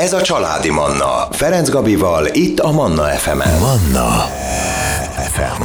Ez a Családi Manna. Ferenc Gabival, itt a Manna FM-en. Manna FM.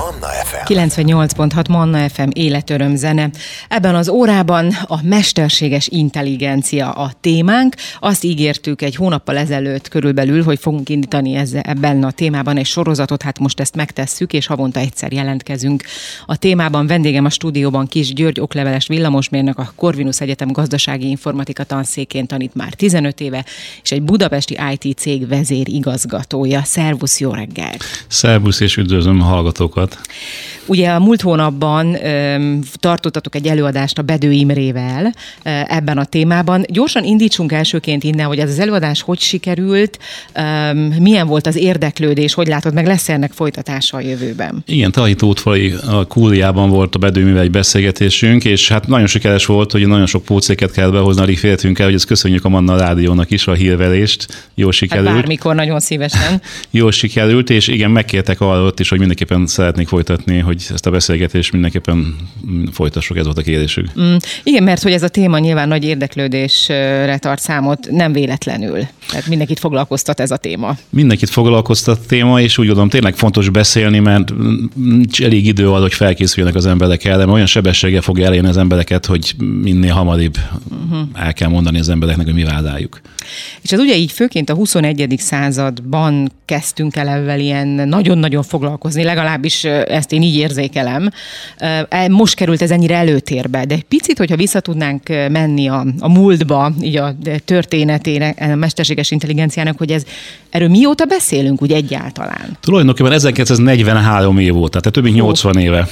98.6 Manna FM életöröm zene. Ebben az órában a mesterséges intelligencia a témánk. Azt ígértük egy hónappal ezelőtt körülbelül, hogy fogunk indítani ebben a témában egy sorozatot, hát most ezt megtesszük, és havonta egyszer jelentkezünk. A témában vendégem a stúdióban Kiss György, okleveles villamosmérnök, a Corvinus Egyetem gazdasági informatika tanszékén tanít már 15 éve, és egy budapesti IT cég vezérigazgatója. Szervusz, jó reggel! Szervusz, és üdvözlöm a hallgatókat! Ugye a múlt hónapban tartottatok egy előadást a Bedő Imrével ebben a témában. Gyorsan indítsunk elsőként innen, hogy ez az előadás hogy sikerült, milyen volt az érdeklődés, hogy látod meg, lesz ennek folytatása a jövőben? Igen, Tahitótfali a Kúliában volt a Bedő Imrével egy beszélgetésünk, és hát nagyon sikeres volt, hogy nagyon sok pócéket kell behozni, alig féltünk el, hogy ezt köszönjük a Manna Rádiónak is, a hírverést. Jól sikerült. Hát bármikor nagyon szívesen. Jól sikerült, és igen, megkértek arra ott is, hogy mindenképpen szeretnék folytatni, hogy ezt a beszélgetést mindenképpen folytassuk, ez volt a kérdésük. Igen, mert hogy ez a téma nyilván nagy érdeklődésre tart számot, nem véletlenül. Tehát mindenkit foglalkoztat ez a téma. Mindenkit foglalkoztat a téma, és úgy gondolom tényleg fontos beszélni, mert nincs elég idő arra, hogy felkészüljenek az emberek erre, mert olyan sebességgel fogja elérni az embereket, hogy minél hamarabb el kell mondani az embereknek, hogy mi várjuk. És ez ugye így főként a 21. században kezdtünk el ezzel ilyen nagyon-nagyon foglalkozni, legalábbis ezt én így érzékelem. Most került ez ennyire előtérbe, de egy picit, hogyha vissza tudnánk menni a múltba, így a történetének, a mesterséges intelligenciának, hogy erről mióta beszélünk úgy egyáltalán? Tulajdonképpen 1943 év volt, tehát több mint 80 éve.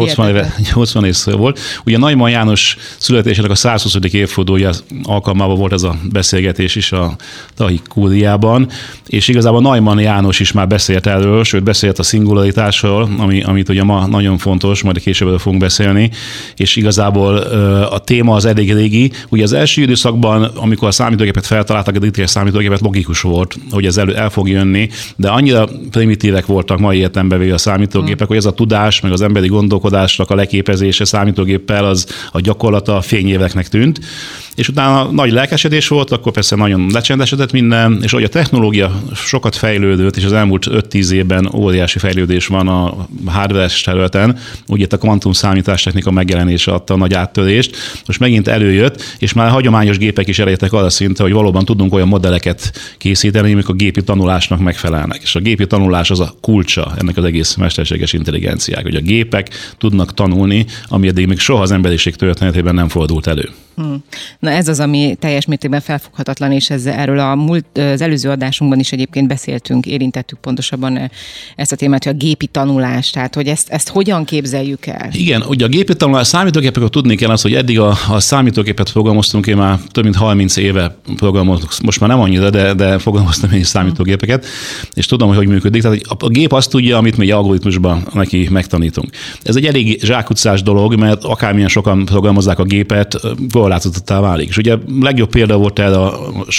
80 év volt. Ugye Neumann János születésének a 120. évfordulója alkalmával volt ez a beszélgetés is a Tahi Kúliában, és igazából Neumann János is már beszélt erről, sőt beszélt a szingularitásról, amit ugye ma nagyon fontos, majd később fogunk beszélni, és igazából a téma az elég régi. Ugye az első időszakban, amikor a számítógépet feltaláltak, a digitális számítógépet, logikus volt, hogy ez el fog jönni, de annyira primitívek voltak mai értelemben véve a számítógépek, hogy ez a tudás, meg az emberi gondolkodásnak a leképezése számítógéppel az a gyakorlata fényéveknek tűnt. És utána nagy lelkesedés volt, akkor persze nagyon lecsendesedett minden, és ahogy a technológia sokat fejlődött, és az elmúlt 5-10 évben óriási fejlődés van a hardware-es területen, úgy itt a kvantum számítástechnika megjelenése adta a nagy áttörést, most megint előjött, és már hagyományos gépek is elértek arra szintre, hogy valóban tudunk olyan modelleket készíteni, amik a gépi tanulásnak megfelelnek. És a gépi tanulás az a kulcsa ennek az egész mesterséges intelligenciák, hogy a gépek tudnak tanulni, ami eddig még soha az emberiség történetében nem fordult elő. Na ez az, ami teljes mértékben felfoghatatlan, és erről az előző adásunkban is egyébként beszéltünk, érintettük pontosabban ezt a témát, hogy a gépi tanulás, tehát hogy ezt hogyan képzeljük el? Igen, ugye a gépi tanulás, számítógépekről tudni kell az, hogy eddig a számítógépet programoztunk, én már több mint 30 éve programozok, most már nem annyira, de programoztam én is számítógépeket, és tudom, hogy működik. Tehát a gép azt tudja, amit mi egy algoritmusban neki megtanítunk. Ez egy elég zsákutcás dolog, mert akármilyen sokan programozzák a gépet, korlátozottá válik. És ugye legjobb példa volt erre a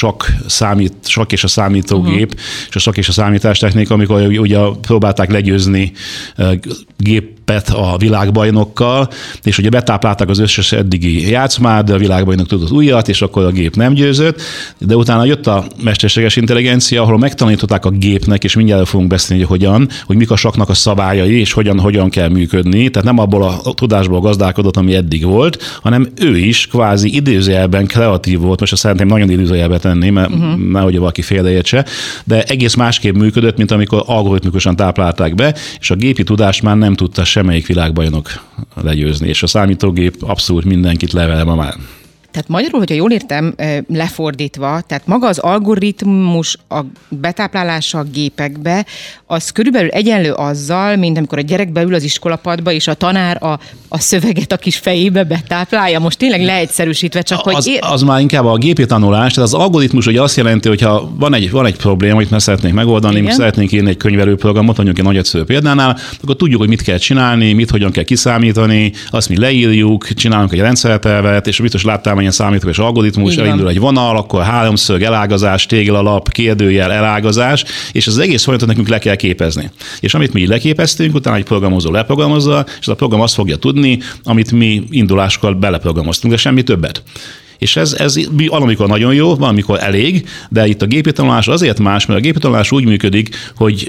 sakk és a számítógép, és a sakk és a számítástechnika, amikor ugye próbálták legyőzni gépet a világbajnokkal, és ugye betáplálták az összes eddigi játszmát, de a világbajnok tudott újat, és akkor a gép nem győzött, de utána jött a mesterséges intelligencia, ahol megtanították a gépnek, és mindjárt fogunk beszélni, hogy mik a sakknak a szabályai, és hogyan kell működni, tehát nem abból a tudásból gazdálkodott, ami eddig volt, hanem ő is kvázi idézőjelben kreatív volt, most azt szeretném nagyon idézőjelbe tenni, mert nehogy valaki félreértse, de egész másképp működött, mint amikor algoritmikusan táplálták be, és a gépi tudást már nem tudta semmelyik világbajnok legyőzni, és a számítógép abszolút mindenkit level ma már. Tehát magyarul, hogyha jól értem, lefordítva, tehát maga az algoritmus a betáplálása a gépekbe, az körülbelül egyenlő azzal, mint amikor a gyerek beül az iskolapadba, és a tanár a szöveget a kis fejébe betáplálja. Most tényleg leegyszerűsítve, csak hogy... Az már inkább a gépi tanulás, tehát az algoritmus ugye azt jelenti, hogy ha van egy probléma, amit már szeretnénk megoldani, mi szeretnénk írni egy könyvelőprogramot, mondjuk egy nagy egyszerű példánál, akkor tudjuk, hogy mit kell csinálni, hogyan kell kiszámítani, azt mi leírjuk, csinálunk egy rendszertervet, és biztos láttál ilyen számítógépes algoritmus, elindul egy vonal, akkor háromszög, elágazás, téglalap, kérdőjel, elágazás, és az egész folyamatot nekünk le kell képezni. És amit mi leképeztünk, utána egy programozó leprogramozza, és a program azt fogja tudni, amit mi induláskor beleprogramoztunk, de semmi többet. És ez valamikor nagyon jó, valamikor elég, de itt a gépi tanulás azért más, mert a gépi tanulás úgy működik, hogy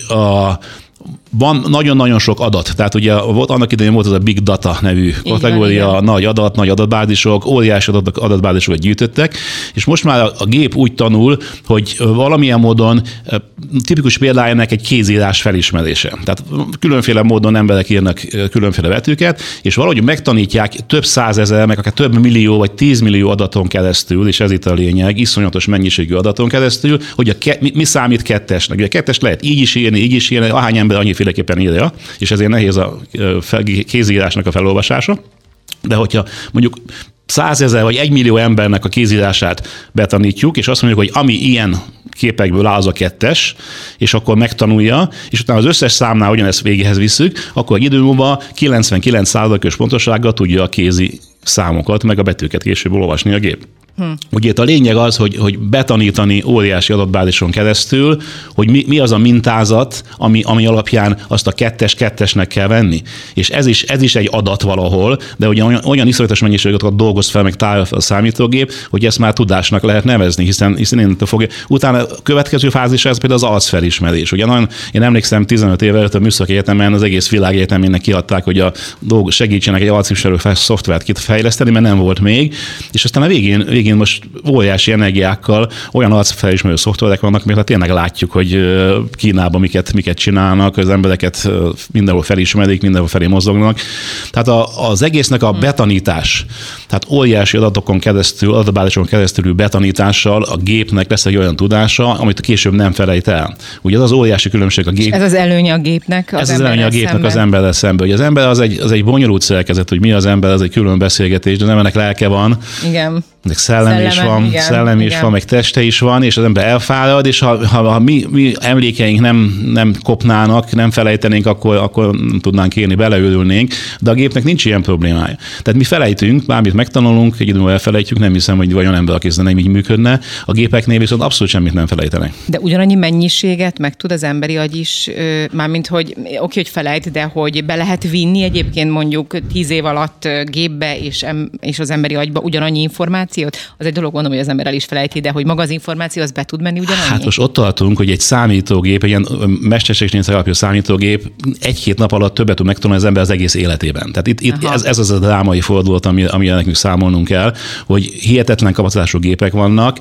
van nagyon-nagyon sok adat. Tehát ugye annak idején volt az a Big Data nevű kategória, igen. Nagy adatbázisok, óriási adatbázisokat gyűjtöttek, és most már a gép úgy tanul, hogy valamilyen módon tipikus példája ennek egy kézírás felismerése. Tehát különféle módon emberek írnak különféle betűket, és valahogy megtanítják több százezer, meg akár több millió vagy 10 millió adaton keresztül, és ez itt a lényeg, iszonyatos mennyiségű adaton keresztül, hogy mi számít kettesnek. Ugye a kettest lehet így is írni, ahány ember annyiféleképpen írja, és ezért nehéz a kézírásnak a felolvasása. De hogyha mondjuk 100 000 vagy 1 millió embernek a kézírását betanítjuk, és azt mondjuk, hogy ami ilyen képekből áll, az a kettes, és akkor megtanulja, és utána az összes számnál ugyanezt végéhez visszük, akkor egy idő múlva 99%-os pontossággal tudja a kézi számokat, meg a betűket később olvasni a gép. Ugye itt a lényeg az, hogy betanítani óriási adatbázison keresztül, hogy mi az a mintázat, ami alapján azt a kettesnek kell venni. És ez is egy adat valahol, de ugye olyan iszonyatos mennyiséget dolgoz fel, meg tárol fel a számítógép, hogy ezt már tudásnak lehet nevezni, hiszen innentől fogja. Utána a következő fázis ez például az arcfelismerés. Ugye én emlékszem 15 évvel előtt a Műszaki Egyetemen az egész világegyetemének kiadták, hogy segítsenek egy arcfelismerő szoftvert kifejleszteni, mert nem volt még, és aztán a végén most óriási energiákkal olyan arcfelismerő szoftverek vannak, mert tényleg látjuk, hogy Kínában miket csinálnak, az embereket mindenhol felismerik, mindenhol felé mozognak. Tehát az egésznek a betanítás, tehát óriási adatokon keresztül, adatbázison keresztül betanítással a gépnek lesz egy olyan tudása, amit később nem felejt el. Ugye az óriási különbség a gép. És ez az előnye a gépnek az emberrel szemben. Ugye az ember az egy bonyolult szerkezet, hogy mi az ember, az egy külön beszélgetés, de az embernek lelke van. Igen. Szellem is van, meg teste is van, és az ember elfárad, és ha mi emlékeink nem kopnának, nem felejtenénk, akkor nem tudnánk élni, beleülülnénk, de a gépnek nincs ilyen problémája. Tehát mi felejtünk, bármit megtanulunk, egy időben elfelejtjük, nem hiszem, hogy olyan ember, aki nem így működne, a gépeknél viszont abszolút semmit nem felejtenek. De ugyanannyi mennyiséget meg tud az emberi agy is, mármint, hogy hogy felejt, de hogy be lehet vinni egyébként mondjuk 10 év alatt gépbe és az emberi agyba ugyanannyi információt. Az egy dolog, mondom, hogy az ember el is felejti, de hogy maga az információ, az be tud menni ugyanannyi? Hát most ott tartunk, hogy egy számítógép, egy ilyen mesterséges alapú számítógép 1-2 nap alatt többet tud megtanulni az ember az egész életében. Tehát itt ez az a drámai fordulat, amire nekünk számolnunk kell, hogy hihetetlen kapacitású gépek vannak,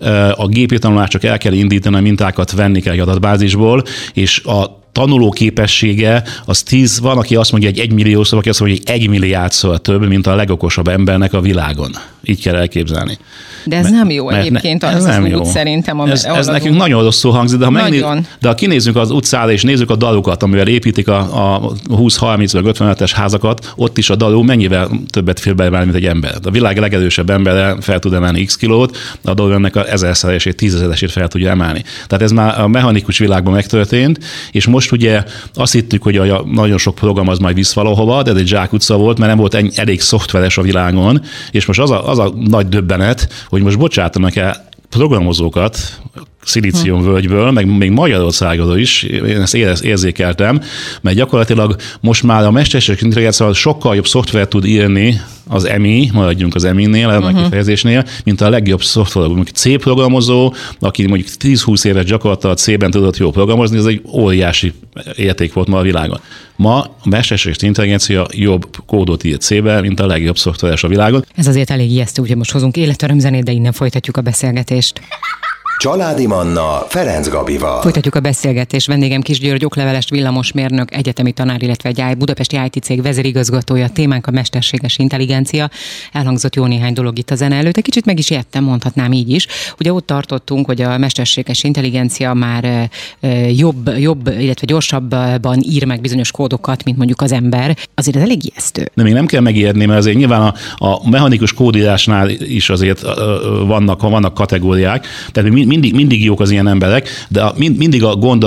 a gépi tanulást csak el kell indítani, a mintákat venni kell egy adatbázisból, és a tanuló képessége, az 10, van, aki azt mondja, hogy 1 millió, szóval aki azt mondja, hogy 1 milliárdszor több, mint a legokosabb embernek a világon. Így kell elképzelni. De ez nem jó egyébként, ez nem jó. Szerintem. Ez nekünk nagyon rosszul hangzik, de ha kinézzünk az utcára és nézzük a dalukat, amivel építik a 20-30 vagy 55-es házakat, ott is a dalu mennyivel többet fér bele, mint egy ember. A világ legerősebb embere fel tud emelni x kilót, a dalu ennek a 1000-szeresét, 10 000-esét fel tudja emelni. Tehát ez már a mechanikus világban megtörtént, és most ugye azt hittük, hogy nagyon sok program az majd visz valahova, de ez egy zsákutca volt, mert nem volt elég szoftveres a világon, és most az a nagy döbbenet, hogy most bocsátanak el programozókat Szilíciumvölgyből, meg még Magyarországról is, én ezt érzékeltem, mert gyakorlatilag most már a mesterséges intelligencia sokkal jobb szoftvert tud írni az EMI, maradjunk az EMI-nél, a kifejezésnél, mint a legjobb szoftver. C programozó, aki mondjuk 10-20 éves gyakorlattal C-ben tudott jól programozni, ez egy óriási érték volt ma a világon. Ma a mesterséges intelligencia jobb kódot ír C-be, mint a legjobb szoftveres a világon. Ez azért elég ijesztő, ugye most hozunk életörömzenét, de innen folytatjuk a beszélgetést. Családi Manna Ferenc Gabival. Folytatjuk a beszélgetést. Vendégem Kiss György, okleveles villamosmérnök, egyetemi tanár, illetve egy budapesti IT cég vezérigazgatója. Témánk a mesterséges intelligencia. Elhangzott jó néhány dolog itt a zene előtt. Egy kicsit meg is értem, mondhatnám így is. Ugye ott tartottunk, hogy a mesterséges intelligencia már jobb, illetve gyorsabban ír meg bizonyos kódokat, mint mondjuk az ember. Azért ez elég ijesztő. De még nem kell megérni, mert azért nyilván a mechanikus kódírásnál is azért vannak kategóriák. Tehát mindig jók az ilyen emberek, de mindig a gond a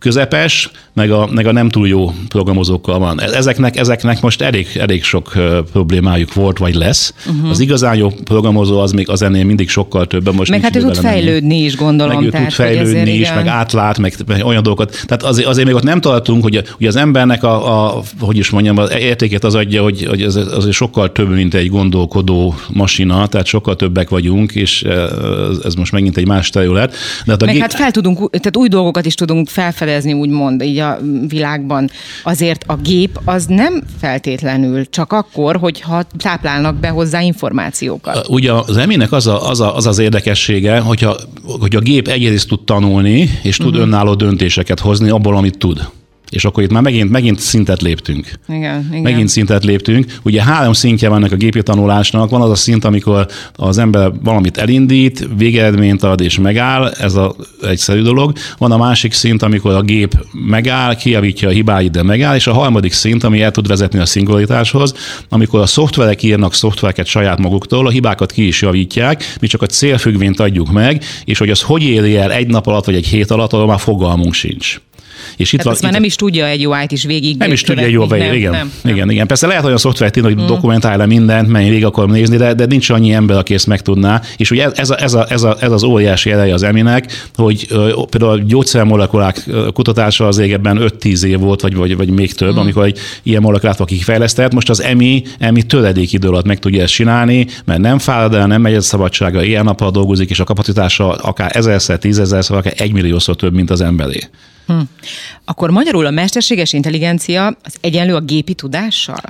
közepes, meg a nem túl jó programozókkal van. Ezeknek most elég sok problémájuk volt, vagy lesz. Az igazán jó programozó az ennél mindig sokkal több. Most meg hát ő tud fejlődni is, gondolom. Meg ő tud fejlődni is, meg átlát, meg olyan dolgokat. Tehát azért még ott nem tartunk, hogy az embernek hogy is mondjam, az értékét az adja, hogy ez sokkal több, mint egy gondolkodó masina, tehát sokkal többek vagyunk, és ez most megint egy más terület. Meg hát tehát új dolgokat is tudunk felfedezni, úgymond, így a világban. Azért a gép az nem feltétlenül csak akkor, hogyha táplálnak be hozzá információkat. Ugye az EMI-nek az érdekessége, hogy a gép egyrészt tud tanulni, és tud önálló döntéseket hozni abból, amit tud. És akkor itt már megint szintet léptünk. Igen. Megint szintet léptünk. Ugye 3 szintje van ennek a gépi tanulásnak. Van az a szint, amikor az ember valamit elindít, végeredményt ad és megáll, ez az egyszerű dolog. Van a másik szint, amikor a gép megáll, kijavítja a hibáit, de megáll, és a harmadik szint, ami el tud vezetni a szinkronitáshoz, amikor a szoftverek írnak szoftvereket saját maguktól, a hibákat ki is javítják, mi csak a célfüggvényt adjuk meg, és hogy az hogy éri el egy nap alatt vagy egy hét alatt, arra már fogalmunk sincs. És itt azt már nem is tudja egy UI-t is végig. Nem is tudja egy UI-t, igen. Persze lehet olyan szoftvert írni, hogy dokumentálj le mindent, menj végig akarom nézni, de nincs annyi ember, aki ezt meg tudná. És ugye ez az óriási ereje az EMI-nek, hogy például a gyógyszermolekulák kutatása az régebben 5-10 év volt, vagy még több, amikor egy ilyen molekulát valaki kifejlesztett. Most az EMI töredék idő alatt meg tudja ezt csinálni, mert nem fárad el, nem megy a szabadságra, ilyen nappal dolgozik, és a kapacitása akár 1000-szer, 10.000-szer, akár 1 milliószor több, mint az emberé. Akkor magyarul a mesterséges intelligencia az egyenlő a gépi tudással?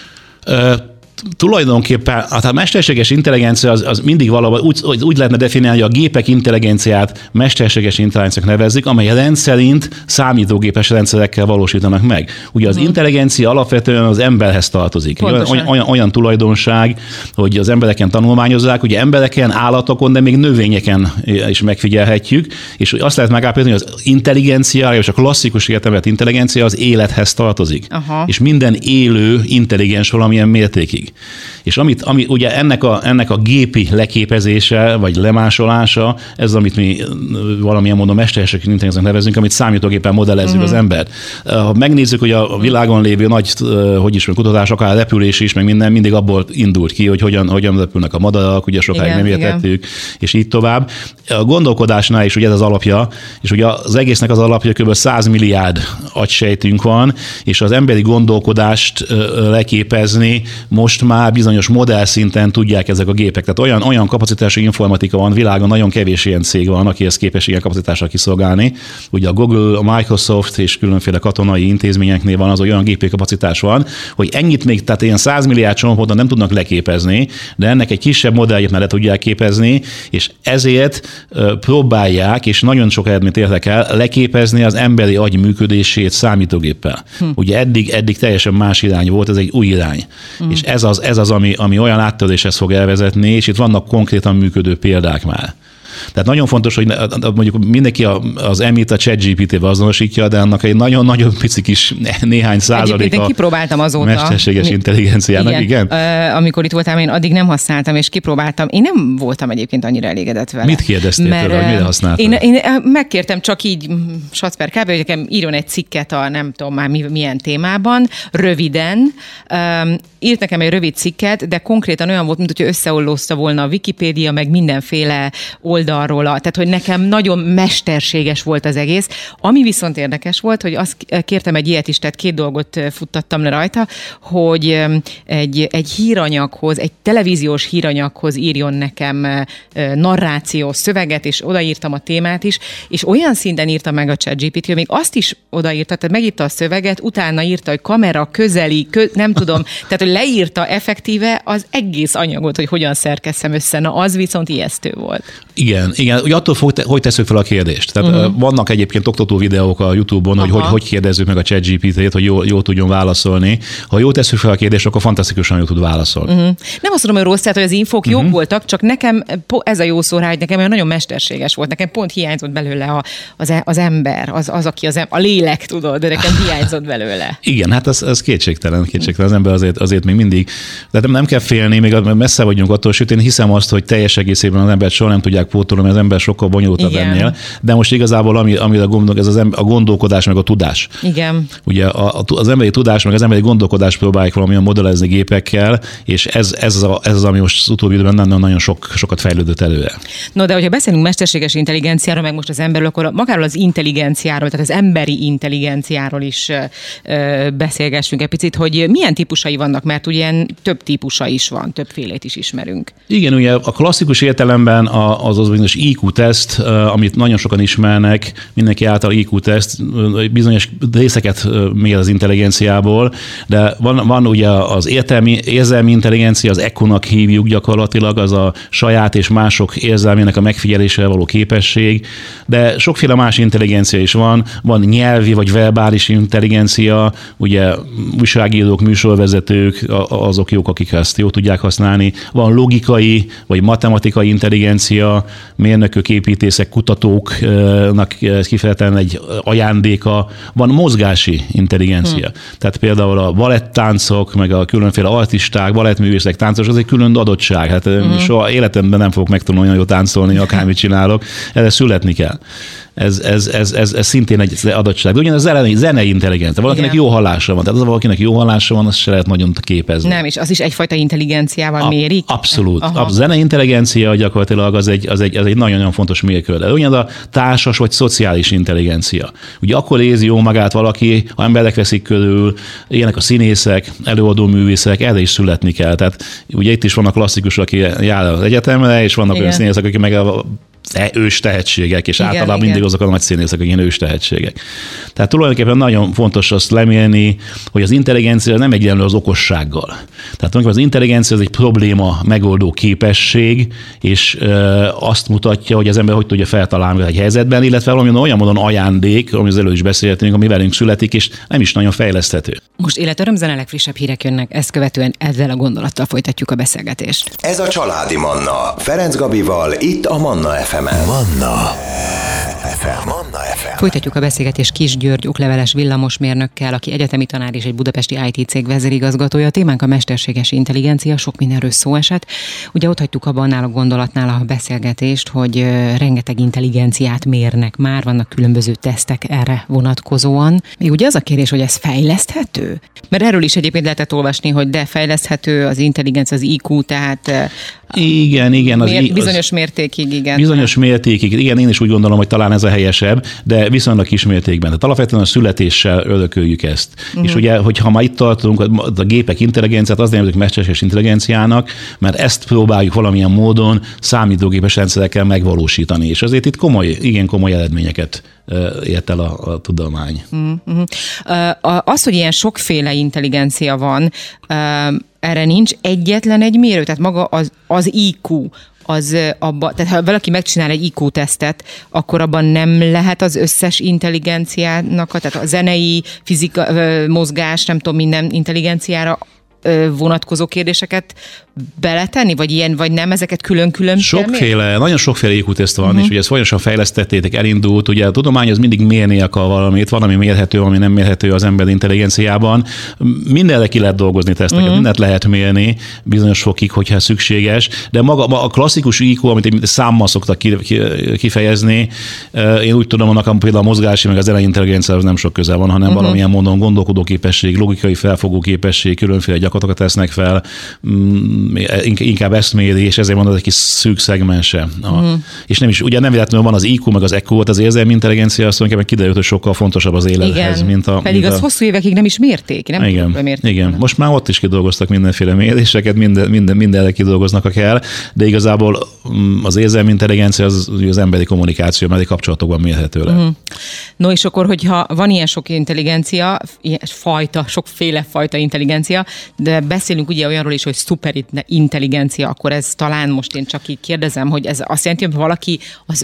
Tulajdonképpen a mesterséges intelligencia az mindig valahol úgy lehetne definiálni, hogy a gépek intelligenciát mesterséges intelligenciák nevezik, amely rendszerint számítógépes rendszerekkel valósítanak meg. Ugye az intelligencia alapvetően az emberhez tartozik. Olyan tulajdonság, hogy az embereken tanulmányozzák, ugye embereken, állatokon, de még növényeken is megfigyelhetjük, és azt lehet megállapítani, hogy az intelligencia, és a klasszikus értelmet intelligencia az élethez tartozik. Aha. És minden élő intelligens valamilyen mértékig. És ami ugye ennek a gépi leképezése, vagy lemásolása, ez amit mi valamilyen módon mesterséges intelligenciának nevezünk, amit számítógépen modellezzük az embert. Ha megnézzük, hogy a világon lévő nagy, kutatás, akár repülés is, meg minden, mindig abból indult ki, hogy hogyan repülnek a madarak, ugye sokáig nem értettük, és így tovább. A gondolkodásnál is ugye ez az alapja, és ugye az egésznek az alapja, kb. 100 milliárd agysejtünk van, és az emberi gondolkodást leképezni most már bizonyos modell szinten tudják ezek a gépek. Tehát olyan kapacitású informatika van világon, nagyon kevés ilyen cég van, aki ezt képes ilyen kapacitással kiszolgálni. Ugye a Google, a Microsoft és különféle katonai intézményeknél van az, hogy olyan gépi kapacitás van, hogy ennyit még, tehát ilyen 100 milliárd csomóponton nem tudnak leképezni, de ennek egy kisebb modelljét már le tudják képezni, és ezért próbálják, és nagyon sok eredményt értek el, leképezni az emberi agy működését számítógéppel. Ugye eddig teljesen más irány volt, ez egy új irány. És ez az, ami olyan áttöréshez fog elvezetni, és itt vannak konkrétan működő példák már. Tehát nagyon fontos, hogy mondjuk mindenki az EMI-t a ChatGPT-vel azonosítja, de annak egy nagyon-nagyon pici kis néhány százalék a kipróbáltam azóta. Mesterséges intelligenciának, igen? Amikor itt voltam, én addig nem használtam, és kipróbáltam. Én nem voltam egyébként annyira elégedett vele. Mit kérdeztél tőle, hogy mire használtad? Én megkértem csak így Sacper kb., hogy nekem írjon egy cikket a nem tudom már milyen témában, röviden. Írt nekem egy rövid cikket, de konkrétan olyan volt, mint hogyha összeollózta volna a Wikipédia, meg mindenféle oldalról. Tehát, hogy nekem nagyon mesterséges volt az egész. Ami viszont érdekes volt, hogy azt kértem egy ilyet is, tehát 2 dolgot futtattam le rajta, hogy egy híranyaghoz, egy televíziós híranyaghoz írjon nekem narrációs szöveget, és odaírtam a témát is, és olyan szinten írta meg a ChatGPT, hogy még azt is odaírta, tehát megírta a szöveget, utána írta, hogy kamera közeli, nem tudom, tehát hogy leírta effektíve az egész anyagot, hogy hogyan szerkesszem össze. Na, az viszont ijesztő volt. Igen. Ugye attól hogy tesszük fel a kérdést. Tehát vannak egyébként oktató videók a YouTube-on, hogy kérdezzük meg a ChatGPT-t, hogy jól tudjon válaszolni. Ha jól tesszük fel a kérdést, akkor fantasztikusan jól tud válaszolni. Nem azt mondom, hogy rossz, tehát, hogy az infók jók voltak, csak nekem ez a jó szó rá, hogy nekem olyan nagyon mesterséges volt. Nekem pont hiányzott belőle az ember, az aki a lélek, tudod, de nekem hiányzott belőle. Igen, hát ez kétségtelen. Az ember azért még mindig, de nem kell félni, még messze vagyunk attól, sőt én hiszem azt, hogy teljes egészében az embert soha nem tudják pótolni mert az ember sokkal bonyolultabb ennél, de most igazából amire gondolok, ez a gondolkodás meg a tudás. Igen. Ugye az emberi tudás meg az emberi gondolkodás próbálják valamilyen modellezni gépekkel, és ez az, ami most az utóbbi időben nagyon sokat fejlődött előre. No, de hogyha beszélünk mesterséges intelligenciáról, meg most az emberről, akkor magáról az intelligenciáról, tehát az emberi intelligenciáról is beszélgessünk egy picit, hogy milyen típusai vannak, mert ugye több típusa is van, többfélét is ismerünk. Igen, ugye a klasszikus értelemben az bizonyos IQ-teszt, amit nagyon sokan ismernek, mindenki által IQ-teszt, bizonyos részeket mér az intelligenciából, de van ugye az érzelmi intelligencia, az EQ-nak hívjuk gyakorlatilag, az a saját és mások érzelmének a megfigyelésre való képesség, de sokféle más intelligencia is van nyelvi vagy verbális intelligencia, ugye újságírók, műsorvezetők, azok jók, akik ezt jól tudják használni, van logikai vagy matematikai intelligencia, mérnökök, építészek, kutatóknak kifejezetten egy ajándéka, van mozgási intelligencia. Tehát például a balettáncok, meg a különféle artisták, balettművészek, táncosok, az egy külön adottság. Hát soha életemben nem fogok megtanulni olyan jól táncolni, akármit csinálok, erre születni kell. Ez szintén egy adottság. De ugyanaz zenei intelligencia. Valakinek jó hallása van. Tehát az, valakinek jó hallása van, azt se lehet nagyon képezni. Nem, és az is egyfajta intelligenciával mérik? Abszolút. A zenei intelligencia gyakorlatilag az egy nagyon-nagyon fontos mérkőd. De ugyanaz a társas vagy szociális intelligencia. Ugye akkor érzi jó magát valaki, ha emberek veszik körül, ilyenek a színészek, előadó művészek, erre is születni kell. Tehát ugye itt is vannak klasszikusok, aki jár az egyetemre, és vannak olyan színészek, akik meg ős tehetségek, és általában mindig azok a nagy színészek, akik ős tehetségek. Tehát tulajdonképpen nagyon fontos azt lemérni, hogy az intelligencia nem egyenlő az okossággal. Tehát tulajdonképpen az intelligencia az egy probléma megoldó képesség, és azt mutatja, hogy az ember hogy tudja feltalálni egy helyzetben, illetve valami olyan módon ajándék, amiről az előbb is beszéltünk, ami velünk születik, és nem is nagyon fejleszthető. Most életörömzene, legfrissebb hírek jönnek, ezt követően ezzel a gondolattal folytatjuk a beszélgetést. Ez a Családi Manna, Ferenc Gabival, itt a Manna FM-en. Manna FM. Folytatjuk a beszélgetést Kiss György okleveles villamosmérnökkel, aki egyetemi tanár és egy budapesti IT cég vezérigazgatója. A témánk a mesterséges intelligencia, sok mindenről szó esett. Ugye ott hagytuk abban annál a gondolatnál a beszélgetést, hogy rengeteg intelligenciát mérnek már, vannak különböző tesztek erre vonatkozóan. Még ugye az a kérdés, hogy ez fejleszthető? Mert erről is egyébként lehetett olvasni, hogy de fejleszthető az intelligencia, az IQ, tehát igen. Bizonyos mértékig, igen. Bizonyos mértékig, igen, én is úgy gondolom, hogy talán ez a helyesebb, de viszonylag kis mértékben. Tehát alapvetően a születéssel örököljük ezt. És ugye, hogyha ma itt tartunk, a gépek intelligenciát, azt nevezzük mesterséges intelligenciának, mert ezt próbáljuk valamilyen módon számítógépes rendszerekkel megvalósítani. És azért itt igen komoly eredményeket ért el a tudomány. Az, hogy ilyen sokféle intelligencia van, erre nincs egyetlen egy mérő, tehát maga az IQ, tehát ha valaki megcsinál egy IQ-tesztet, akkor abban nem lehet az összes intelligenciának, tehát a zenei, fizika, mozgás, nem tudom, minden intelligenciára vonatkozó kérdéseket beletenni, vagy nem, ezeket külön-külön? Nagyon sokféle IQ-teszt van, és ugye ezt folyamatosan fejlesztettétek, elindult. Ugye a tudomány az mindig mérni akar valamit, van, ami mérhető, ami nem mérhető az ember intelligenciában. Mindenre ki lehet dolgozni teszteket, mindent lehet mérni bizonyos fokig, hogyha szükséges, de maga a klasszikus IQ, amit számmal szoktak kifejezni, én úgy tudom, annak például a mozgási, meg az zenei intelligencia az nem sok köze van, hanem valamilyen módon gondolkodóképesség, logikai felfogó képesség, különféle gyakorlatokat tesznek fel, inkább ezt méri, és ezért mondod egy kis szűk szegmense. És nem is, ugye nem véletlenül van az IQ, meg az EQ, az érzelmi intelligencia, azt mondjuk, kiderült, hogy sokkal fontosabb az élethez, mint a... Pedig az hosszú évekig nem is mérték, nem? Igen. Most már ott is kidolgoztak mindenféle méréseket, mindenre kidolgoznak, kell, de igazából az érzelmi intelligencia az emberi kommunikáció, emberi kapcsolatokban mérhető le. No, és akkor, hogyha van ilyen sok intelligencia, sokféle fajta intelligencia, de beszélünk ugye olyanról is, hogy szuperintelligencia, akkor ez talán most én csak így kérdezem, hogy ez azt jelenti, hogy valaki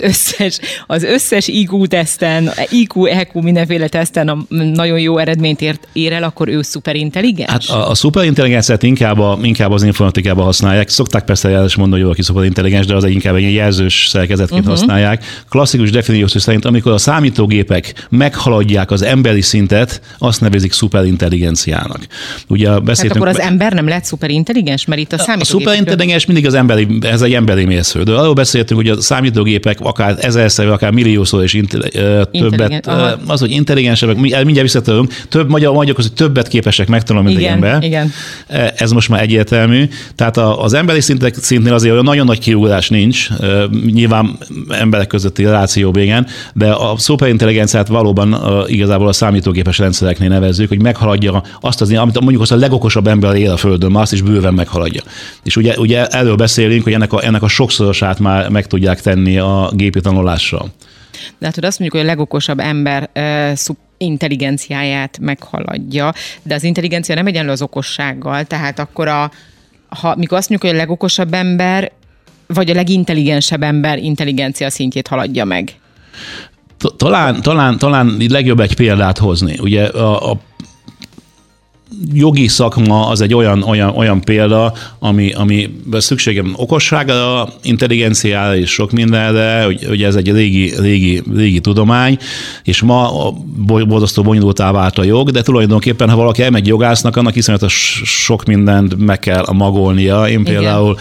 az összes IQ-teszten, IQ, mindenféle teszten a nagyon jó eredményt ér el, akkor ő szuperintelligens? Hát a szuperintelligenciát inkább az informatikában használják. Szokták persze el is mondani, hogy valaki szuperintelligens, de az inkább egy jelzős szerkezetként használják. Klasszikus definíció szerint, amikor a számítógépek meghaladják az emberi szintet, azt nevezik szuperintelligenciának. Ugye beszéltünk az ember nem lehet szuperintelligens, mert itt a számítógépek... A szuperintelligens mindig ez egy emberi mérsző. De arról beszéltünk, hogy a számítógépek akár ezerszer, akár milliószor is többet, az, hogy intelligensebbek, mindjárt visszatérünk, magyarok között többet képesek megtanulni, mint egy ember. Igen. Ez most már egyértelmű. Tehát az emberi szintnél azért olyan nagyon nagy kiugrás nincs, nyilván emberek közötti reláció igen, de a szuperintelligenciát valóban igazából a számítógépes rendszereknél nevezzük, hogy meghaladja azt az, amit mondjuk az a legokosabb ember él a Földön, már azt is bőven meghaladja. És ugye erről beszélünk, hogy ennek a sokszorosát már meg tudják tenni a gépi tanulással. De hát azt mondjuk, hogy a legokosabb ember intelligenciáját meghaladja, de az intelligencia nem egyenlő az okossággal, tehát akkor mikor azt mondjuk, hogy a legokosabb ember, vagy a legintelligensebb ember intelligencia szintjét haladja meg. Talán legjobb egy példát hozni. Ugye a jogi szakma az egy olyan példa, ami szükségem okosságra, intelligenciára és sok mindenre, hogy ez egy régi tudomány, és ma borzasztó bonyolultá vált a jog, de tulajdonképpen, ha valaki elmegy jogásznak, annak iszonyatos sok mindent meg kell magolnia. Én például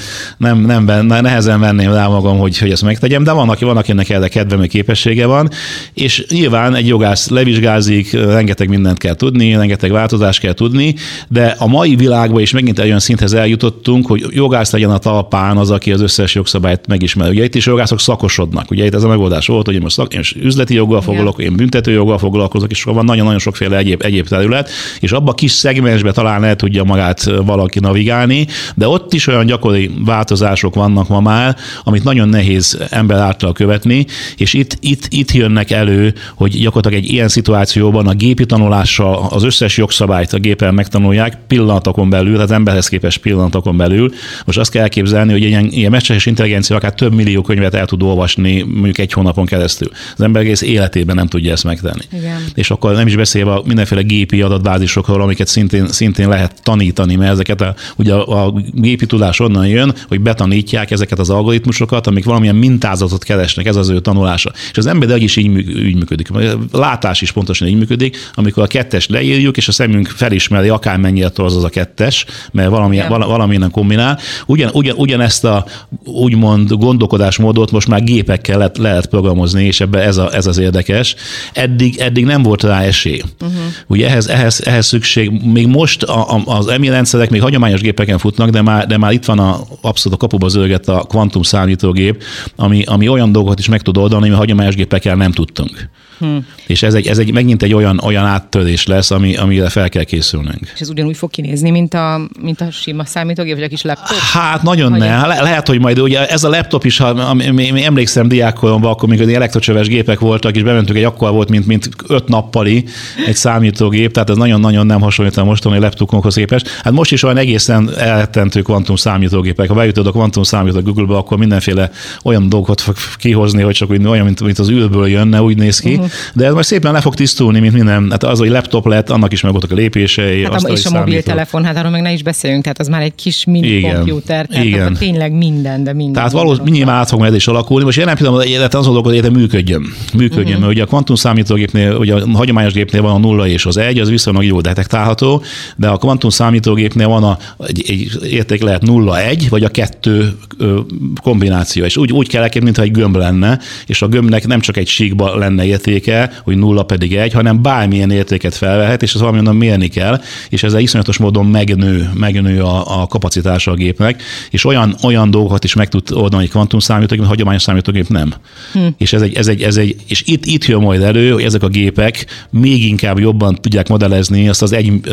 nehezen venném rá magam, hogy ezt megtegyem, de van, akinek erre kedve, meg képessége van, és nyilván egy jogász levizsgázik, rengeteg mindent kell tudni, rengeteg változást kell tudni, de a mai világban is megint egy olyan szinthez eljutottunk, hogy jogász legyen a talpán az, aki az összes jogszabályt megismer. Ugye itt is jogászok szakosodnak. Ugye itt ez a megoldás volt, hogy én most üzleti joggal foglalkozok, én büntető joggal foglalkozok, és van nagyon-nagyon sokféle egyéb terület, és abban a kis szegmensben talán el tudja magát valaki navigálni, de ott is olyan gyakori változások vannak ma már, amit nagyon nehéz ember által követni, és itt jönnek elő, hogy gyakorlatilag egy ilyen szituációban a gépi tanulással az összes jogszabályt a gépen megtanulják pillanatokon belül, tehát emberhez képest pillanatokon belül. Most azt kell elképzelni, hogy ilyen mesterséges intelligencia akár több millió könyvet el tud olvasni mondjuk egy hónapon keresztül. Az ember egész életében nem tudja ezt megtenni. Igen. És akkor nem is beszélve a mindenféle gépi adatbázisokról, amiket szintén lehet tanítani, mert ezeket ugye a gépi tudás onnan jön, hogy betanítják ezeket az algoritmusokat, amik valamilyen mintázatot keresnek, ez az ő tanulása. És az ember agy is így működik. A látás is pontosan így működik, amikor a kettest leírjuk, és a szemünk felismeri, akármennyire torz az a kettes, mert valamilyen kombinál. Ugyanezt a úgymond gondolkodásmódot most már gépekkel lehet programozni, és ebbe ez az érdekes. Eddig nem volt rá esély. Ugye ehhez szükség, még most az EMI rendszerek még hagyományos gépeken futnak, de már itt van abszolút a kapuba zörgett a kvantum számítógép, ami olyan dolgokat is meg tud oldani, ami hagyományos gépekkel nem tudtunk. És ez megint egy olyan áttörés lesz, amire fel kell készülnünk. És ez ugyanúgy fog kinézni, mint a sima számítógép, vagy a kis laptop? Hát nagyon lehet, hogy majd ugye ez a laptop is, emlékszem diákkoromban, akkor még elektrocsöves gépek voltak, és bementünk akkor volt, mint 5 nappali egy számítógép, tehát ez nagyon-nagyon nem hasonlít a mostani laptopokhoz képest. Hát most is olyan egészen elrettentő kvantum számítógépek. Ha beütöd a kvantum számítógépet Google-be, akkor mindenféle olyan dolgokat fog kihozni, hogy csak olyan, mint az űrből jönne, úgy néz ki. De ez majd szépen le fog tisztulni, mint minden. Hát az, hogy laptop lett, annak is meg voltak a lépései. Hát és a mobiltelefon, hát arról meg ne is beszéljünk, tehát az már egy kis mini komputer, tehát akkor tényleg minden, de minden. Tehát valószínűleg nyilván át fog majd is alakulni. Most jelen pillanatban az dolog, hogy működjön, mert ugye a kvantum számítógépnél, ugye a hagyományos gépnél van a 0 és az 1, az viszonylag jól detektálható, de a kvantum számítógépnél van egy érték lehet 0-1, vagy a 2 kombináció. És úgy kell elképzelni, mintha egy gömb lenne, és a gömbnek nem csak egy síkba lenne értéke, hogy 0 pedig 1, hanem bármilyen értéket felvehet, és ezt valamilyen mérni kell, és ezzel iszonyatos módon megnő a kapacitása a gépnek, és olyan dolgokat is meg tud oldani egy kvantum számítógép, mint hagyományos számítógép nem. És és itt jön majd elő, hogy ezek a gépek még inkább jobban tudják modellezni azt az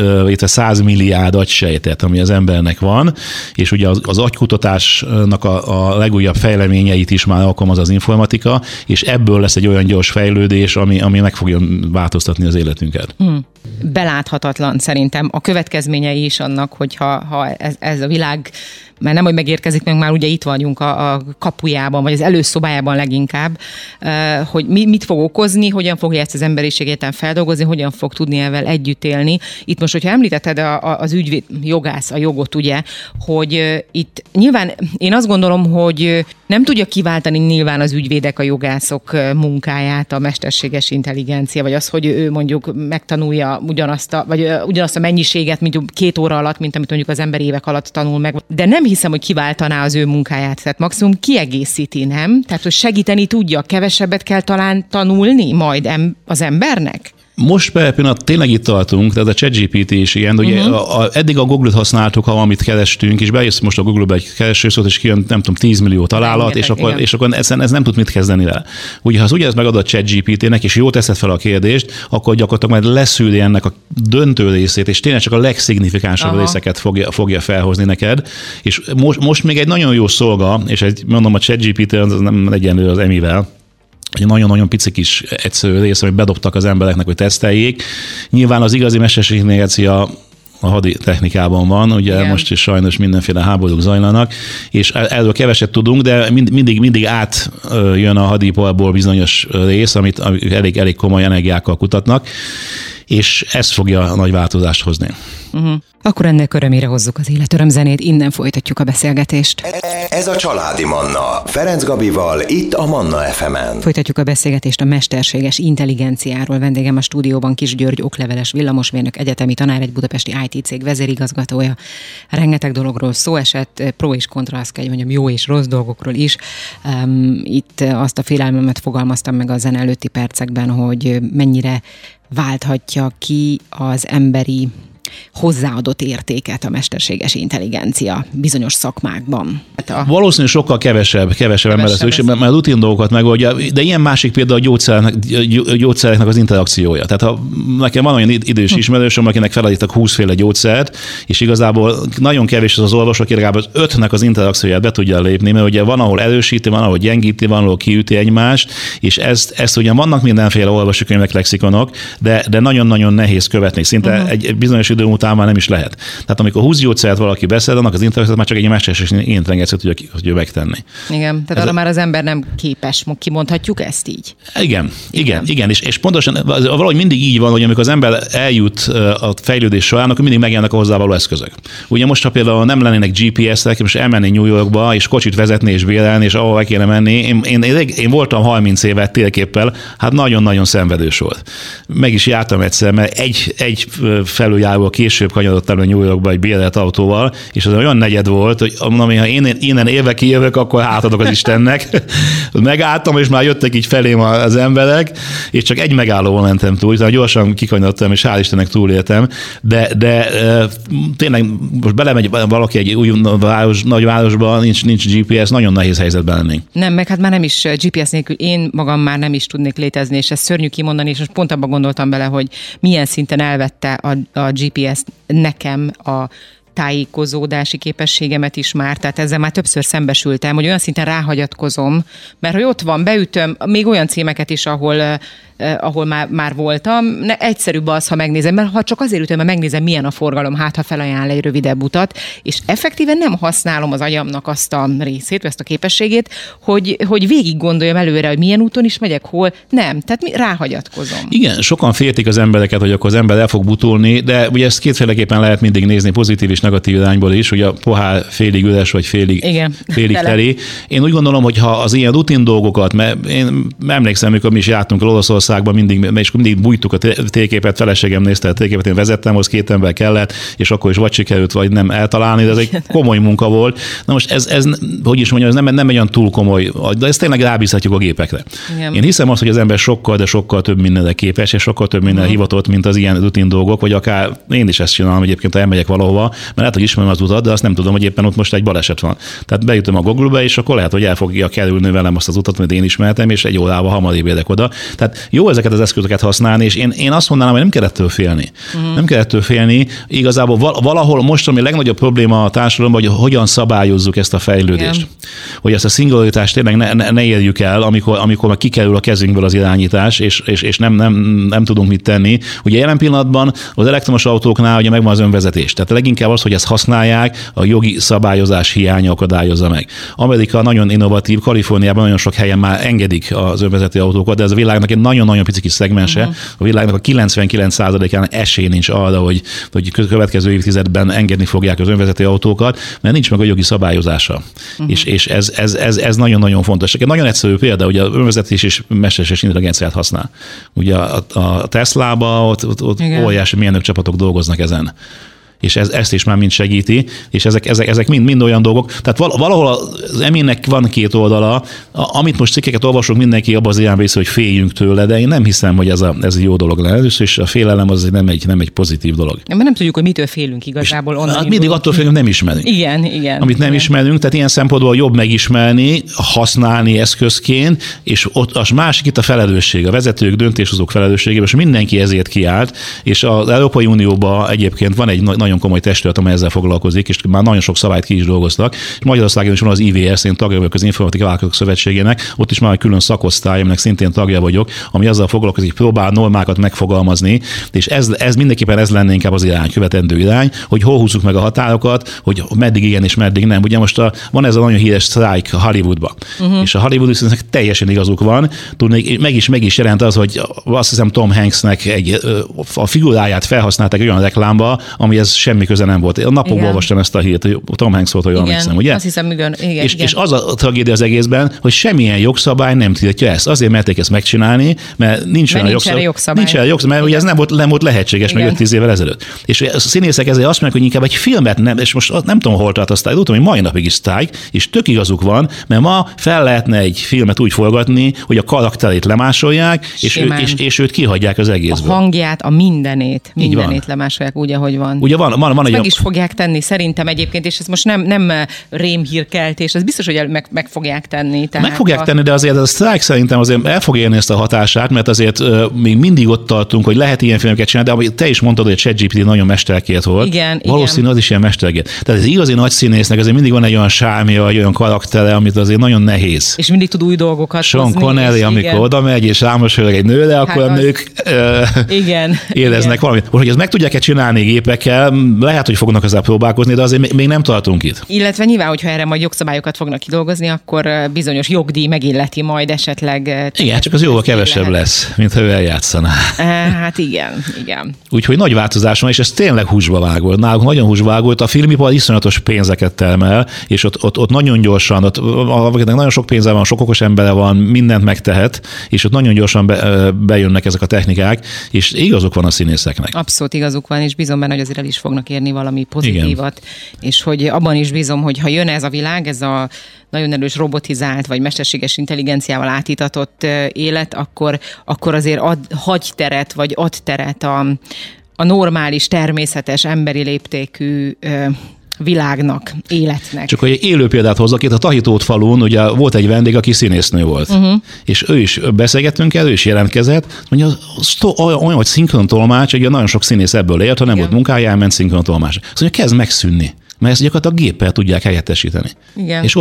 100 milliárd agysejtet, ami az embernek van, és ugye az agykutatásnak a legújabb fejleményeit is már alkalmaz az informatika, és ebből lesz egy olyan gyors fejlődés, ami meg fogja változtatni az életünket. Beláthatatlan szerintem a következményei is annak, hogyha ez a világ Mert nem, hogy megérkezik, meg már ugye itt vagyunk a kapujában, vagy az előszobájában leginkább, hogy mit fog okozni, hogyan fogja ezt az emberiség egyáltalán feldolgozni, hogyan fog tudni ezzel együtt élni. Itt most, hogyha említetted az ügyvéd, jogász, a jogot, ugye, hogy itt nyilván én azt gondolom, hogy nem tudja kiváltani nyilván az ügyvédek, a jogászok munkáját, a mesterséges intelligencia, vagy az, hogy ő mondjuk megtanulja ugyanazt a mennyiséget, mint 2 óra alatt, mint amit mondjuk az ember évek alatt tanul meg. De nem hiszem, hogy kiváltaná az ő munkáját, tehát maximum kiegészíti, nem? Tehát, hogy segíteni tudja, kevesebbet kell talán tanulni majd az embernek? Most per pillanat tényleg itt tartunk, tehát a ChatGPT is ilyen, ugye eddig a Google-t használtuk, ha valamit kerestünk, és bejössz most a Google-be egy keresőszót, és kijön, nem tudom, 10 millió találat, és akkor ez nem tud mit kezdeni vele. Ugye, ha az ugye ezt megadod a ChatGPT-nek, és jól teszed fel a kérdést, akkor gyakorlatilag majd leszűri ennek a döntő részét, és tényleg csak a legszignifikánsabb részeket fogja felhozni neked. És most még egy nagyon jó szolga, és mondom, a ChatGPT az nem egyenlő az Emivel, egy nagyon-nagyon pici kis egyszerű rész, amit bedobtak az embereknek, hogy teszteljék. Nyilván az igazi mesterséges intelligencia a hadi technikában van, ugye igen. Most is sajnos mindenféle háborúk zajlanak, és erről keveset tudunk, de mindig átjön a hadiparból bizonyos rész, amit elég komoly energiákkal kutatnak, és ez fogja a nagy változást hozni. Akkor ennek örömére hozzuk az életörömzenét, innen folytatjuk a beszélgetést. Ez a Családi Manna, Ferenc Gabival, itt a Manna FM-en. Folytatjuk a beszélgetést a mesterséges intelligenciáról. Vendégem a stúdióban Kis György, okleveles villamosmérnök, egyetemi tanár, egy budapesti IT cég vezérigazgatója. Rengeteg dologról szó esett, pro és kontra, azt kell, hogy mondjam, jó és rossz dolgokról is. Itt azt a félelmemet fogalmaztam meg a zene előtti percekben, hogy mennyire válthatja ki az emberi hozzáadott értéket a mesterséges intelligencia bizonyos szakmákban. Valószínűleg sokkal kevesebb ember lesz szükség, mert a rutin dolgokat megoldja, de ilyen másik például a gyógyszereknek az interakciója. Tehát ha nekem van olyan idős ismerősöm, akinek feladítak 20 féle gyógyszert, és igazából nagyon kevés az orvos, aki legalább az 5-nek az interakcióját be tudja lépni, mert ugye van, ahol erősíti, van, ahol gyengíti, van, ahol kiüti egymást, és ezt ugyan vannak mindenféle olvasó könyvek, lexikonok, de nagyon-nagyon nehéz követni. Szinte egy bizonyos idő után már nem is lehet. Tehát amikor 20 gyógyszert valaki beszél, annak az interakciót már csak egy mesterséges intelligencia tudja megtenni. Igen, tehát arra már az ember nem képes, kimondhatjuk ezt így? Igen. És pontosan valahogy mindig így van, hogy amikor az ember eljut a fejlődés során, akkor mindig megjelennek a hozzávaló eszközök. Ugye most, ha például nem lennének GPS-ek, most elmenni New Yorkba, és kocsit vezetni és bérelni, és ahova kéne menni. Én voltam 30 évet térképpel, hát nagyon-nagyon szenvedős volt. Meg is jártam egyszer, mert egy felüljáróval később kanyarodtam a New Yorkba egy bérelt autóval, és az olyan negyed volt, hogy mondom, ha én innen élve kijövök, akkor hátadok az Istennek. Megálltam, és már jöttek így felém az emberek, és csak egy megállóval mentem túl, utána gyorsan kikanyarodtam, és hál' Istennek túléltem, de tényleg most belemegy valaki egy új nagyvárosba, nincs GPS, nagyon nehéz helyzetben lennénk. Nem, meg hát már nem is GPS nélkül én magam már nem is tudnék létezni, és ez szörnyű kimondani, és most pont abban gondoltam bele, hogy milyen szinten elvette a GPS nekem a tájékozódási képességemet is már, tehát ezzel már többször szembesültem, hogy olyan szinten ráhagyatkozom, mert hogy ott van, beütöm még olyan címeket is, ahol már voltam. Egyszerűbb az, ha megnézem, mert ha csak azért ütöm, mert megnézem, milyen a forgalom, hát ha felajánl egy rövidebb utat, és effektíven nem használom az agyamnak azt a részét, ezt a képességét, hogy végig gondoljam előre, hogy milyen úton is megyek, hol. Nem, tehát ráhagyatkozom. Igen, sokan féltik az embereket, hogy akkor az ember el fog butulni, de ugye ezt kétféleképpen lehet mindig nézni, pozitív és negatív irányból is, hogy a pohár félig üres, vagy félig teli. Én úgy gondolom, hogy ha az ilyen rutin dolgokat, mert én emlékszem, amikor mi is jártunk Olaszországban, mindig bújtuk a térképet, feleségem nézte a térképet, én vezettem, az 2 ember kellett, és akkor is vagy sikerült, vagy nem eltalálni, de ez egy komoly munka volt. Na most ez hogy is mondjam, ez nem egy olyan túl komoly, de ezt tényleg rábízhatjuk a gépekre. Igen. Én hiszem azt, hogy az ember sokkal több mindenre képes, és sokkal több minden hivatott, mint az ilyen rutin dolgok, vagy akár én is ezt csinálom egyébként, ha elmegyek valahova, mert lehet, hogy ismerem az utat, de azt nem tudom, hogy éppen ott most egy baleset van. Tehát beütöm a Google-be, és akkor lehet, hogy el fogja kerülni velem azt az utat, amit én ismertem, és egy órával hamarabb érek oda. Tehát jó ezeket az eszközöket használni, és én azt mondanám, hogy nem kell ettől félni. Nem kell ettől félni. Igazából valahol most, ami a legnagyobb probléma a társadalomban, hogy hogyan szabályozzuk ezt a fejlődést. Igen. Hogy ezt a szingularitást tényleg ne érjük el, amikor már kikerül a kezünkből az irányítás, és nem tudunk mit tenni. Ugye jelen pillanatban az elektromos autóknál ugye megvan az önvezetés. Tehát leginkább az, hogy ezt használják, a jogi szabályozás hiánya akadályozza meg. Amerika nagyon innovatív, Kaliforniában nagyon sok helyen már engedik az önvezető autókat, de ez a világnak egy nagyon-nagyon pici kis szegmense. A világnak a 99%-án esély nincs arra, hogy következő évtizedben engedni fogják az önvezető autókat, mert nincs meg a jogi szabályozása. És ez nagyon-nagyon fontos. Egy nagyon egyszerű példa, ugye az önvezetés és mesterséges intelligenciát használ. Ugye a Tesla-ba ott óriási mérnök csapatok dolgoznak ezen. És ezt is már mind segíti, és ezek mind olyan dolgok. Tehát valahol az emének van két oldala, amit most cikkeket olvasunk, mindenki abban az irányba hogy féljünk tőle, de én nem hiszem, hogy ez egy jó dolog lesz, és a félelem az nem egy pozitív dolog. Mert nem tudjuk, hogy mitől félünk igazából. Hát mindig attól félünk, nem ismerünk. Igen. Amit nem ismerünk, tehát ilyen szempontból jobb megismerni, használni eszközként, és ott az másik itt a felelősség, a vezetők, döntéshozók felelősségében, és mindenki ezért kiállt, és az Európai Unióban egyébként van egy nagyon komoly testület, amely ezzel foglalkozik, és már nagyon sok szabályt ki is dolgoztak. És Magyarországon is van az IVS, én tagja vagyok az Informatikai Vállalkozók Szövetségének, ott is már egy külön szakosztály, aminek szintén tagja vagyok, ami azzal foglalkozik, próbál normákat megfogalmazni, és ez mindenképpen ez lenne inkább az irány, követendő irány, hogy hol húzzuk meg a határokat, hogy meddig igen és meddig nem. Ugye most van ez a nagyon híres sztrájk Hollywoodban, és a Hollywood viszont teljesen igazuk van, tudnék, meg is jelent az, hogy azt hiszem Tom Hanksnek a figuráját felhasználták olyan reklámba, ami ez semmi köze nem volt. A napokban olvastam ezt a hírt, hogy Tom Hanks volt, hogy emlékszem, ugye? Azt hiszem, igen. És az a tragédia az egészben, hogy semmilyen jogszabály nem tiltja ezt. Azért merték ezt megcsinálni, mert nincs olyan jogszabály. Mert ugye ez nem volt lehetséges meg 5-10 évvel ezelőtt. És a színészek ezért azt mondják, hogy inkább egy filmet nem, és most nem tudom, hol tart a sztrájk, tudom, hogy mai napig is sztrájk, és tök igazuk van, mert ma fel lehetne egy filmet úgy forgatni, hogy a karakterét lemásolják, és őt kihagyják az egészből. A hangját, a mindenét lemásolják úgy, ahogy van. Ugye van meg is fogják tenni szerintem egyébként, és ez most nem rémhírkeltés, ez biztos, hogy meg fogják tenni. Tehát meg fogják tenni, de azért a sztrájk szerintem azért el fog érni ezt a hatását, mert azért még mindig ott tartunk, hogy lehet ilyen filmeket csinálni, de ahogy te is mondtad, hogy a ChatGPT nagyon mesterkélt volt. Igen, valószínű az is ilyen mesterkélt. Tehát ez igazi nagy színésznek azért mindig van egy olyan sármja, vagy olyan karaktere, amit azért nagyon nehéz. És mindig tud új dolgokat Sean Connery, amikor oda megy, és rámosolyog egy nőre, akkor a nők éreznek valamit. Hogy ezt meg tudják-e csinálni gépekkel, lehet, hogy fognak ezzel próbálkozni, de azért még nem tartunk itt. Illetve nyilván, hogyha erre majd jogszabályokat fognak kidolgozni, akkor bizonyos jogdíj megilleti majd esetleg. Igen, csak az jóval kevesebb lesz, mint ha ő eljátszaná. Hát igen. Úgyhogy nagy változás van, és ez tényleg húsba vágott. Nálunk nagyon húsba vágott. A filmipar iszonyatos pénzeket termel, és ott nagyon gyorsan, akinek nagyon sok pénze van, sok okos embere van, mindent megtehet, és ott nagyon gyorsan bejönnek ezek a technikák, és igazuk van a színészeknek. Abszolút igazuk van, és bízom benne, hogy azért el is fognak érni valami pozitívat, és hogy abban is bízom, hogy ha jön ez a világ, ez a nagyon erős robotizált, vagy mesterséges intelligenciával átítatott élet, akkor azért hagy teret, vagy ad teret a normális, természetes, emberi léptékű világnak, életnek. Csak hogy egy élő példát hozzak, itt a Tahitót falun ugye volt egy vendég, aki színésznő volt. És ő is beszélgettünk el, ő is jelentkezett, mondja, olyan, hogy szinkrontolmács, ugye nagyon sok színész ebből élt, ha nem volt munkája, elment szinkrontolmács. Azt mondja, kezd megszűnni. Mert ezt gyakorlatilag géppel tudják helyettesíteni. Igen, és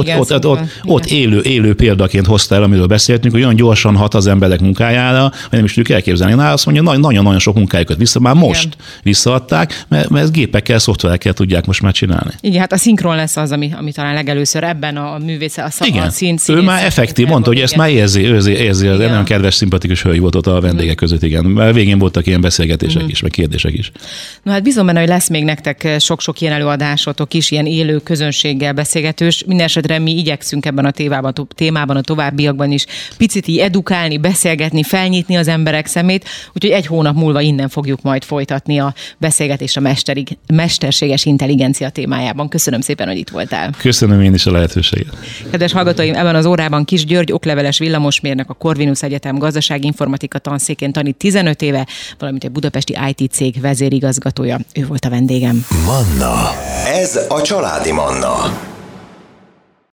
ott élő példaként hozta el, amiről beszéltünk, hogy olyan gyorsan hat az emberek munkájára, hogy nem is tudjuk elképzelni. Azt mondja, nagyon-nagyon sok munkájukat már most visszaadták, mert ezt gépekkel, szoftverekkel tudják most már csinálni. Igen, hát a szinkron lesz az, ami talán legelőször ebben a művészet, a ő már effektív, mondta, hogy ezt már érzi, nagyon kedves, szimpatikus hölgy volt ott a vendégek között, igen. Mert végén voltak ilyen beszélgetések is, meg kérdések is. Na hát bízom benne, hogy lesz még nektek sok-sok ilyen előadásotok is, ilyen élő közönséggel beszélgetős. Mindenesetre mi igyekszünk ebben a témában, a továbbiakban is picit így edukálni, beszélgetni, felnyitni az emberek szemét, úgyhogy egy hónap múlva innen fogjuk majd folytatni a beszélgetést a mesterséges intelligencia témájában. Köszönöm szépen, hogy itt voltál. Köszönöm én is a lehetőséget. Kedves hallgatóim, ebben az órában Kis György okleveles villamosmérnök, a Corvinus Egyetem gazdaságinformatika tanszékén tanít 15 éve, valamint egy budapesti IT cég vezérigazgatója. Ő volt a vendégem. Manna. Ez a Családi Manna.